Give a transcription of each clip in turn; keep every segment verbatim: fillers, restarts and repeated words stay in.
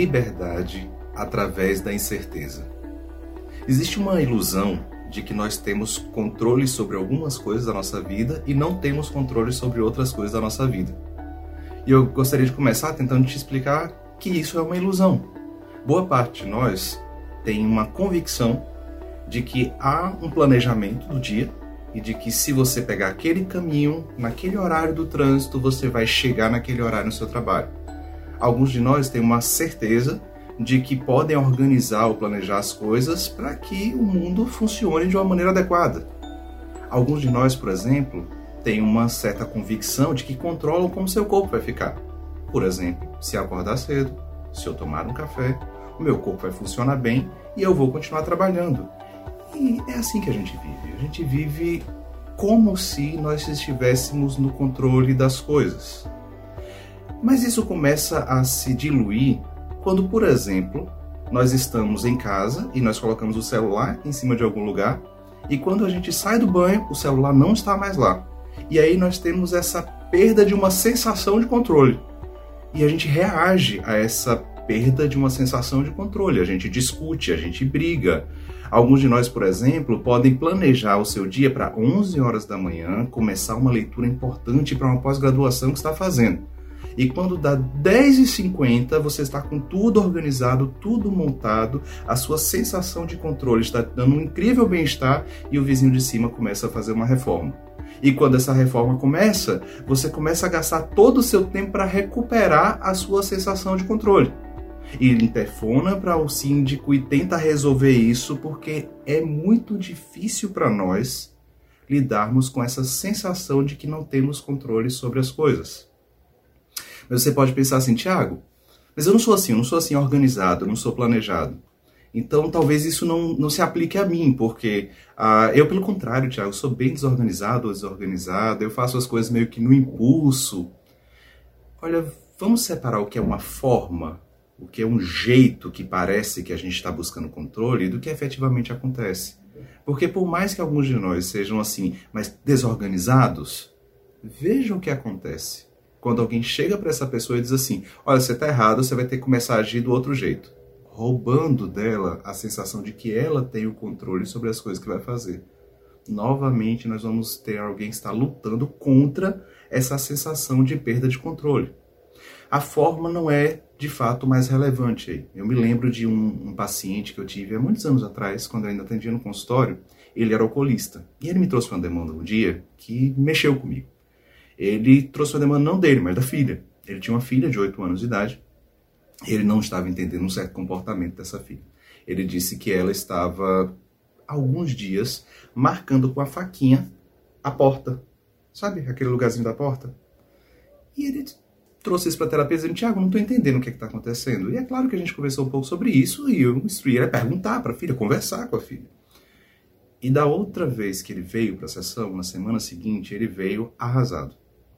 liberdade através da incerteza. Existe uma ilusão de que nós temos controle sobre algumas coisas da nossa vida e não temos controle sobre outras coisas da nossa vida. E eu gostaria de começar tentando te explicar que isso é uma ilusão. Boa parte de nós tem uma convicção de que há um planejamento do dia e de que se você pegar aquele caminho, naquele horário do trânsito, você vai chegar naquele horário no seu trabalho. Alguns de nós têm uma certeza de que podem organizar ou planejar as coisas para que o mundo funcione de uma maneira adequada. Alguns de nós, por exemplo, têm uma certa convicção de que controlam como seu corpo vai ficar. Por exemplo, se eu acordar cedo, se eu tomar um café, o meu corpo vai funcionar bem e eu vou continuar trabalhando. E é assim que a gente vive. A gente vive como se nós estivéssemos no controle das coisas. Mas isso começa a se diluir quando, por exemplo, nós estamos em casa e nós colocamos o celular em cima de algum lugar e quando a gente sai do banho, o celular não está mais lá. E aí nós temos essa perda de uma sensação de controle. E a gente reage a essa perda de uma sensação de controle. A gente discute, a gente briga. Alguns de nós, por exemplo, podem planejar o seu dia para onze horas da manhã, começar uma leitura importante para uma pós-graduação que está fazendo. E quando dá dez e cinquenta, você está com tudo organizado, tudo montado, a sua sensação de controle está dando um incrível bem-estar e o vizinho de cima começa a fazer uma reforma. E quando essa reforma começa, você começa a gastar todo o seu tempo para recuperar a sua sensação de controle. E interfona para o síndico e tenta resolver isso porque é muito difícil para nós lidarmos com essa sensação de que não temos controle sobre as coisas. Mas você pode pensar assim, Tiago, mas eu não sou assim, eu não sou assim organizado, eu não sou planejado. Então talvez isso não, não se aplique a mim, porque uh, eu, pelo contrário, Tiago, eu sou bem desorganizado ou desorganizado, eu faço as coisas meio que no impulso. Olha, vamos separar o que é uma forma, o que é um jeito que parece que a gente está buscando controle do que efetivamente acontece. Porque por mais que alguns de nós sejam assim, mas desorganizados, vejam o que acontece. Quando alguém chega para essa pessoa e diz assim, olha, você está errado, você vai ter que começar a agir do outro jeito. Roubando dela a sensação de que ela tem o controle sobre as coisas que vai fazer. Novamente, nós vamos ter alguém que está lutando contra essa sensação de perda de controle. A forma não é, de fato, mais relevante aí. Eu me lembro de um, um paciente que eu tive há muitos anos atrás, quando eu ainda atendia no consultório. Ele era alcoolista. E ele me trouxe uma demanda um dia que mexeu comigo. Ele trouxe uma demanda não dele, mas da filha. Ele tinha uma filha de oito anos de idade. Ele não estava entendendo um certo comportamento dessa filha. Ele disse que ela estava, há alguns dias, marcando com a faquinha a porta. Sabe, aquele lugarzinho da porta? E ele trouxe isso para a terapia dizendo, Tiago, não estou entendendo o que é está acontecendo. E é claro que a gente conversou um pouco sobre isso e eu instruí ele a perguntar para a filha, conversar com a filha. E da outra vez que ele veio para a sessão, na semana seguinte, ele veio arrasado.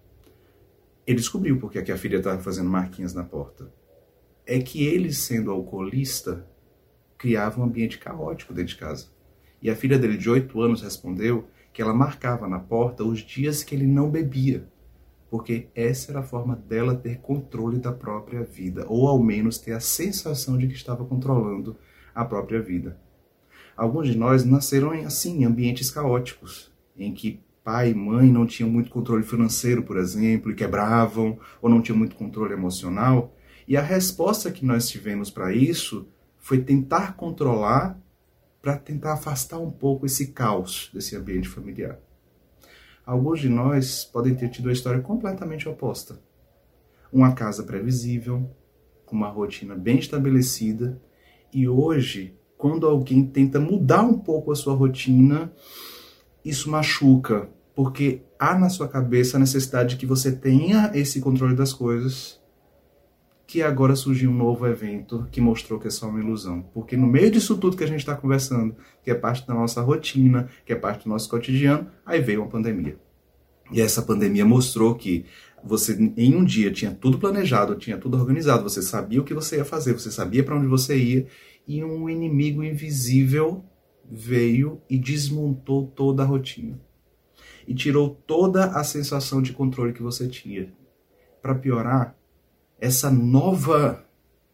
Ele descobriu por que a filha estava fazendo marquinhas na porta. É que ele, sendo alcoolista, criava um ambiente caótico dentro de casa. E a filha dele, de oito anos, respondeu que ela marcava na porta os dias que ele não bebia. Porque essa era a forma dela ter controle da própria vida. Ou, ao menos, ter a sensação de que estava controlando a própria vida. Alguns de nós nasceram assim, em ambientes caóticos, em que pai e mãe não tinham muito controle financeiro, por exemplo, e quebravam, ou não tinham muito controle emocional. E a resposta que nós tivemos para isso foi tentar controlar para tentar afastar um pouco esse caos desse ambiente familiar. Alguns de nós podem ter tido a história completamente oposta. Uma casa previsível, com uma rotina bem estabelecida, e hoje, quando alguém tenta mudar um pouco a sua rotina, isso machuca, porque há na sua cabeça a necessidade de que você tenha esse controle das coisas, que agora surgiu um novo evento que mostrou que é só uma ilusão. Porque no meio disso tudo que a gente está conversando, que é parte da nossa rotina, que é parte do nosso cotidiano, aí veio uma pandemia. E essa pandemia mostrou que você em um dia tinha tudo planejado, tinha tudo organizado, você sabia o que você ia fazer, você sabia para onde você ia, e um inimigo invisível veio e desmontou toda a rotina. E tirou toda a sensação de controle que você tinha. Para piorar, essa nova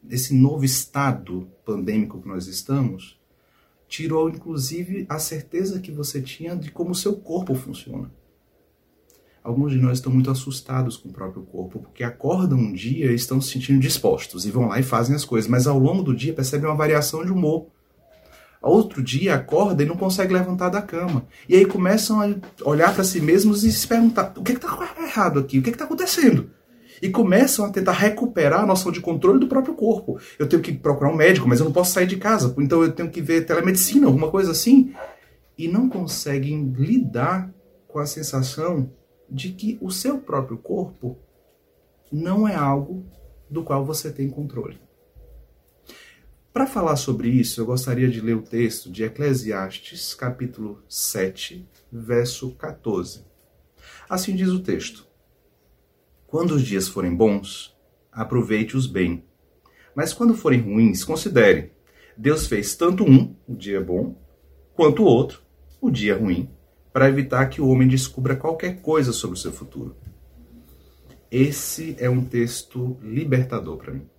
esse novo estado pandêmico que nós estamos, tirou inclusive a certeza que você tinha de como o seu corpo funciona. Alguns de nós estão muito assustados com o próprio corpo, porque acordam um dia e estão se sentindo dispostos, e vão lá e fazem as coisas, mas ao longo do dia percebem uma variação de humor. Outro dia acorda e não consegue levantar da cama. E aí começam a olhar para si mesmos e se perguntar, o que está errado aqui? O que está acontecendo? E começam a tentar recuperar a noção de controle do próprio corpo. Eu tenho que procurar um médico, mas eu não posso sair de casa, então eu tenho que ver telemedicina, alguma coisa assim. E não conseguem lidar com a sensação de que o seu próprio corpo não é algo do qual você tem controle. Para falar sobre isso, eu gostaria de ler o texto de Eclesiastes, capítulo sete, verso quatorze. Assim diz o texto: quando os dias forem bons, aproveite-os bem. Mas quando forem ruins, considere, Deus fez tanto um, o dia bom, quanto o outro, o dia ruim, para evitar que o homem descubra qualquer coisa sobre o seu futuro. Esse é um texto libertador para mim.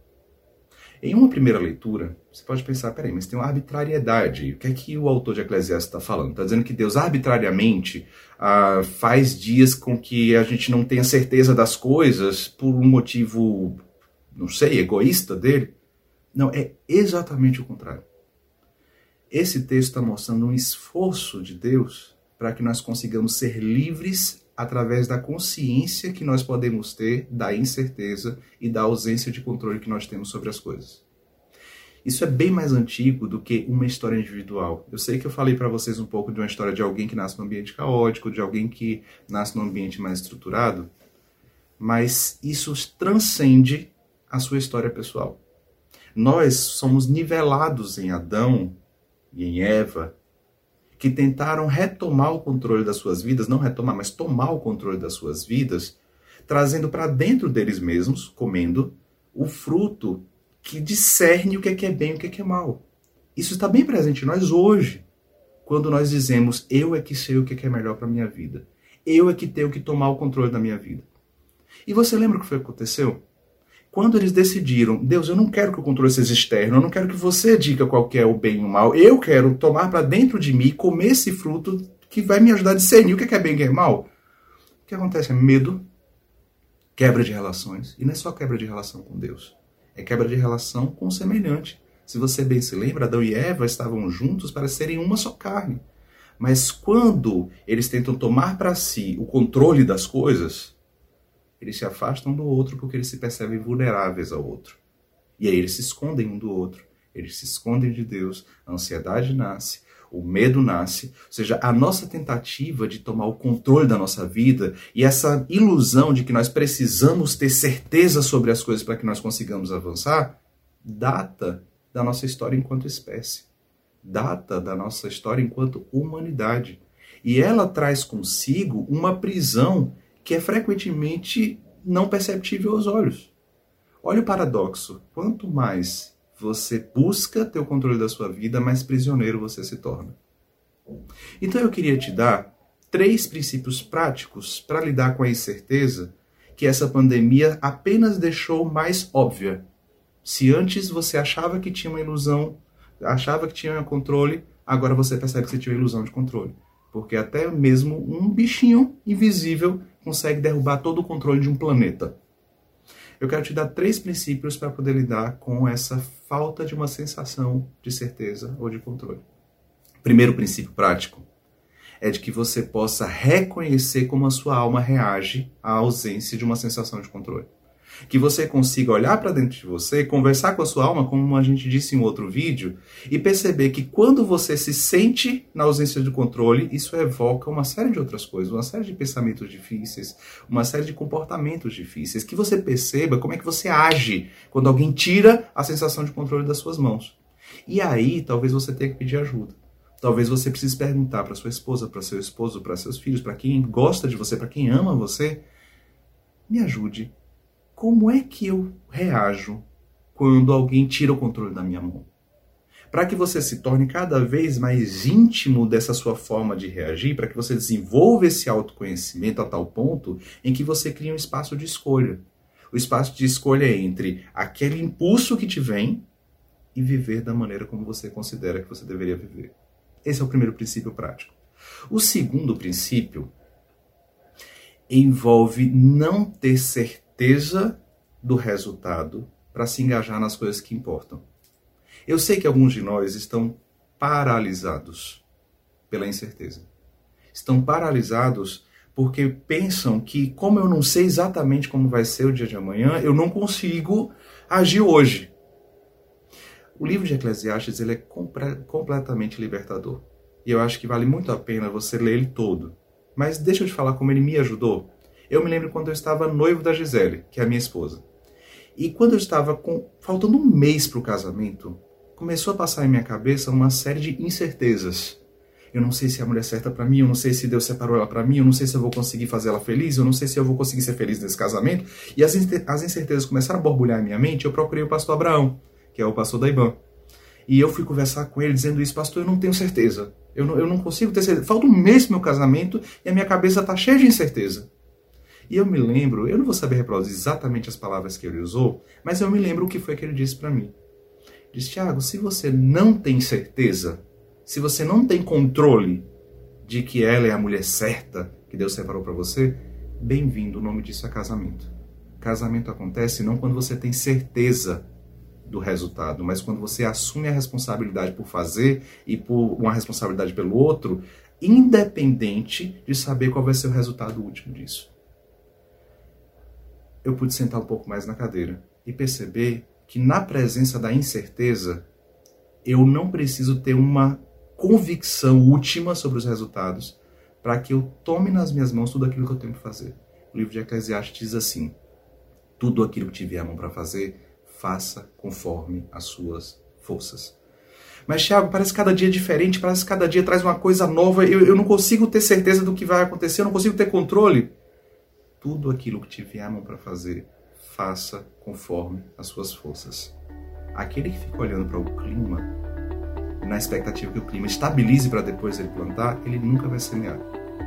Em uma primeira leitura, você pode pensar, peraí, mas tem uma arbitrariedade. O que é que o autor de Eclesiastes está falando? Está dizendo que Deus arbitrariamente ah, faz dias com que a gente não tenha certeza das coisas por um motivo, não sei, egoísta dele? Não, é exatamente o contrário. Esse texto está mostrando um esforço de Deus para que nós consigamos ser livres através da consciência que nós podemos ter da incerteza e da ausência de controle que nós temos sobre as coisas. Isso é bem mais antigo do que uma história individual. Eu sei que eu falei para vocês um pouco de uma história de alguém que nasce num ambiente caótico, de alguém que nasce num ambiente mais estruturado, mas isso transcende a sua história pessoal. Nós somos nivelados em Adão e em Eva, que tentaram retomar o controle das suas vidas, não retomar, mas tomar o controle das suas vidas, trazendo para dentro deles mesmos, comendo, o fruto que discerne o que é, que é bem e o que é, que é mal. Isso está bem presente em nós hoje, quando nós dizemos, eu é que sei o que é, que é melhor para a minha vida. Eu é que tenho que tomar o controle da minha vida. E você lembra o que foi que aconteceu? Quando eles decidiram, Deus, eu não quero que o controle seja externo, eu não quero que você diga qual que é o bem e o mal, eu quero tomar para dentro de mim e comer esse fruto que vai me ajudar a discernir o que é bem e o que é mal. O que acontece é medo, quebra de relações, e não é só quebra de relação com Deus, é quebra de relação com o semelhante. Se você bem se lembra, Adão e Eva estavam juntos para serem uma só carne. Mas quando eles tentam tomar para si o controle das coisas, eles se afastam do outro porque eles se percebem vulneráveis ao outro. E aí eles se escondem um do outro. Eles se escondem de Deus. A ansiedade nasce. O medo nasce. Ou seja, a nossa tentativa de tomar o controle da nossa vida e essa ilusão de que nós precisamos ter certeza sobre as coisas para que nós consigamos avançar, data da nossa história enquanto espécie. Data da nossa história enquanto humanidade. E ela traz consigo uma prisão que é frequentemente não perceptível aos olhos. Olha o paradoxo. Quanto mais você busca ter o controle da sua vida, mais prisioneiro você se torna. Então eu queria te dar três princípios práticos para lidar com a incerteza que essa pandemia apenas deixou mais óbvia. Se antes você achava que tinha uma ilusão, achava que tinha um controle, agora você percebe que você tinha uma ilusão de controle. Porque até mesmo um bichinho invisível consegue derrubar todo o controle de um planeta. Eu quero te dar três princípios para poder lidar com essa falta de uma sensação de certeza ou de controle. Primeiro princípio prático é de que você possa reconhecer como a sua alma reage à ausência de uma sensação de controle. Que você consiga olhar para dentro de você, conversar com a sua alma, como a gente disse em outro vídeo, e perceber que quando você se sente na ausência de controle, isso evoca uma série de outras coisas, uma série de pensamentos difíceis, uma série de comportamentos difíceis, que você perceba como é que você age quando alguém tira a sensação de controle das suas mãos. E aí, talvez você tenha que pedir ajuda. Talvez você precise perguntar para sua esposa, para seu esposo, para seus filhos, para quem gosta de você, para quem ama você, me ajude. Como é que eu reajo quando alguém tira o controle da minha mão? Para que você se torne cada vez mais íntimo dessa sua forma de reagir, para que você desenvolva esse autoconhecimento a tal ponto em que você cria um espaço de escolha. O espaço de escolha é entre aquele impulso que te vem e viver da maneira como você considera que você deveria viver. Esse é o primeiro princípio prático. O segundo princípio envolve não ter certeza do resultado para se engajar nas coisas que importam. Eu sei que alguns de nós estão paralisados pela incerteza. Estão paralisados porque pensam que, como eu não sei exatamente como vai ser o dia de amanhã, eu não consigo agir hoje. O livro de Eclesiastes ele é compre- completamente libertador. E eu acho que vale muito a pena você ler ele todo. Mas deixa eu te falar como ele me ajudou. Eu me lembro quando eu estava noivo da Gisele, que é a minha esposa. E quando eu estava com, faltando um mês para o casamento, começou a passar em minha cabeça uma série de incertezas. Eu não sei se é a mulher certa para mim, eu não sei se Deus separou ela para mim, eu não sei se eu vou conseguir fazer ela feliz, eu não sei se eu vou conseguir ser feliz nesse casamento. E as, as incertezas começaram a borbulhar em minha mente, eu procurei o pastor Abraão, que é o pastor da IBAN. E eu fui conversar com ele dizendo isso, pastor, eu não tenho certeza. Eu não, eu não consigo ter certeza. Falta um mês pro meu casamento e a minha cabeça está cheia de incerteza. E eu me lembro, eu não vou saber reproduzir exatamente as palavras que ele usou, mas eu me lembro o que foi que ele disse para mim. Diz, Tiago, se você não tem certeza, se você não tem controle de que ela é a mulher certa que Deus separou para você, bem-vindo, o nome disso é casamento. Casamento acontece não quando você tem certeza do resultado, mas quando você assume a responsabilidade por fazer e por uma responsabilidade pelo outro, independente de saber qual vai ser o resultado último disso. Eu pude sentar um pouco mais na cadeira e perceber que na presença da incerteza, eu não preciso ter uma convicção última sobre os resultados para que eu tome nas minhas mãos tudo aquilo que eu tenho que fazer. O livro de Eclesiastes diz assim, tudo aquilo que tiver a mão para fazer, faça conforme as suas forças. Mas, Thiago, parece que cada dia é diferente, parece que cada dia traz uma coisa nova, eu, eu não consigo ter certeza do que vai acontecer, eu não consigo ter controle. Tudo aquilo que tiver a mão para fazer, faça conforme as suas forças. Aquele que fica olhando para o clima, na expectativa que o clima estabilize para depois ele plantar, ele nunca vai semear.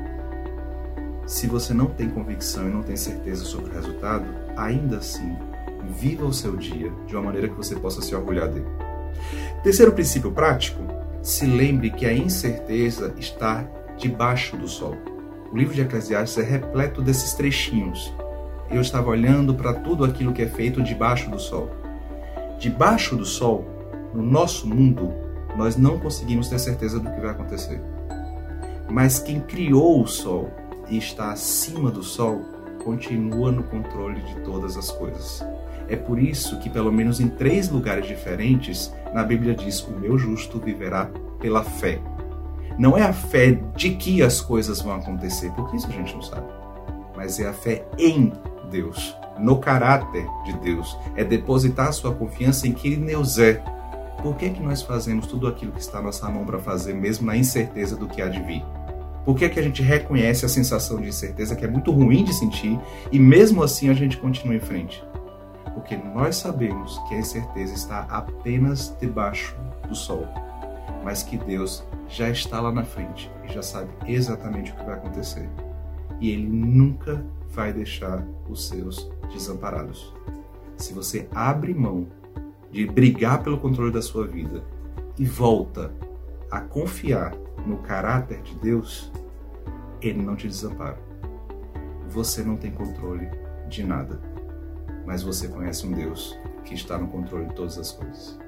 Se você não tem convicção e não tem certeza sobre o resultado, ainda assim, viva o seu dia de uma maneira que você possa se orgulhar dele. Terceiro princípio prático, se lembre que a incerteza está debaixo do sol. O livro de Eclesiastes é repleto desses trechinhos. Eu estava olhando para tudo aquilo que é feito debaixo do sol. Debaixo do sol, no nosso mundo, nós não conseguimos ter certeza do que vai acontecer. Mas quem criou o sol e está acima do sol, continua no controle de todas as coisas. É por isso que, pelo menos em três lugares diferentes, na Bíblia diz, o meu justo viverá pela fé. Não é a fé de que as coisas vão acontecer, porque isso a gente não sabe. Mas é a fé em Deus, no caráter de Deus. É depositar a sua confiança em quem Deus é. Por que que nós fazemos tudo aquilo que está à nossa mão para fazer, mesmo na incerteza do que há de vir? Por que que a gente reconhece a sensação de incerteza, que é muito ruim de sentir, e mesmo assim a gente continua em frente? Porque nós sabemos que a incerteza está apenas debaixo do sol, mas que Deus já está lá na frente e já sabe exatamente o que vai acontecer. E Ele nunca vai deixar os seus desamparados. Se você abre mão de brigar pelo controle da sua vida e volta a confiar no caráter de Deus, Ele não te desampara. Você não tem controle de nada, mas você conhece um Deus que está no controle de todas as coisas.